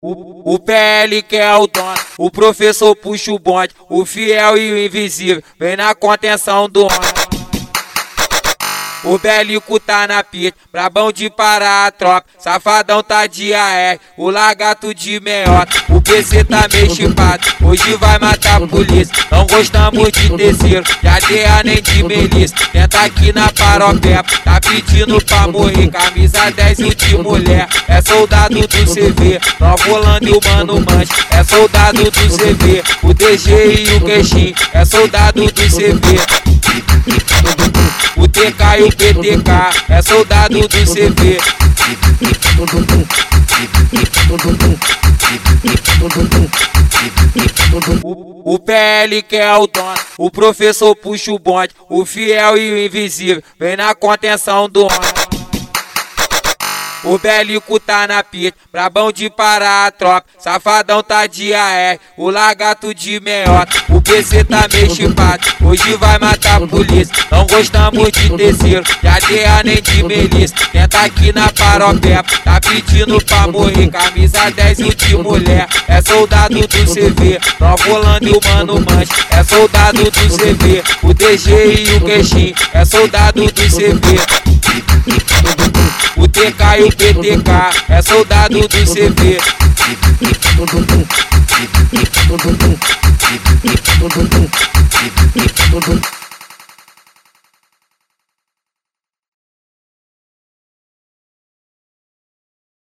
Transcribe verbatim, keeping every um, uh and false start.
O, o P L que é o dono, o professor puxa o bonde, o fiel e o invisível vem na contenção do homem. O Bélico tá na pista, brabão de parar a tropa, safadão tá de A R, o lagarto de meiota, o P C tá meio chipado, hoje vai matar a polícia, não gostamos de terceiro, de A D A nem de melissa, tenta aqui na paropeba, tá pedindo pra morrer, camisa dez e o de mulher, é soldado do C V, Nova Holanda e o Mano Manche, é soldado do C V, o D G e o Queixinho, é soldado do C V. O T K e o P T K é soldado do C V. O, o P L que é o dono, o professor puxa o bonde, o fiel e o invisível vem na contenção do homem. O Bélico tá na pista, brabão de parar a tropa, safadão tá de A R, o lagarto de meiota, o P C tá meio chipado, hoje vai matar a polícia, não gostamos de terceiro, de A D A nem de melissa, tenta aqui na paropeba, tá pedindo pra morrer, camisa dez e o de mulher, é soldado do C V, Nova Holanda e o Mano Manche, é soldado do C V, o D G e o Queixinho, é soldado do C V. O T K e o P T K é soldado do C V.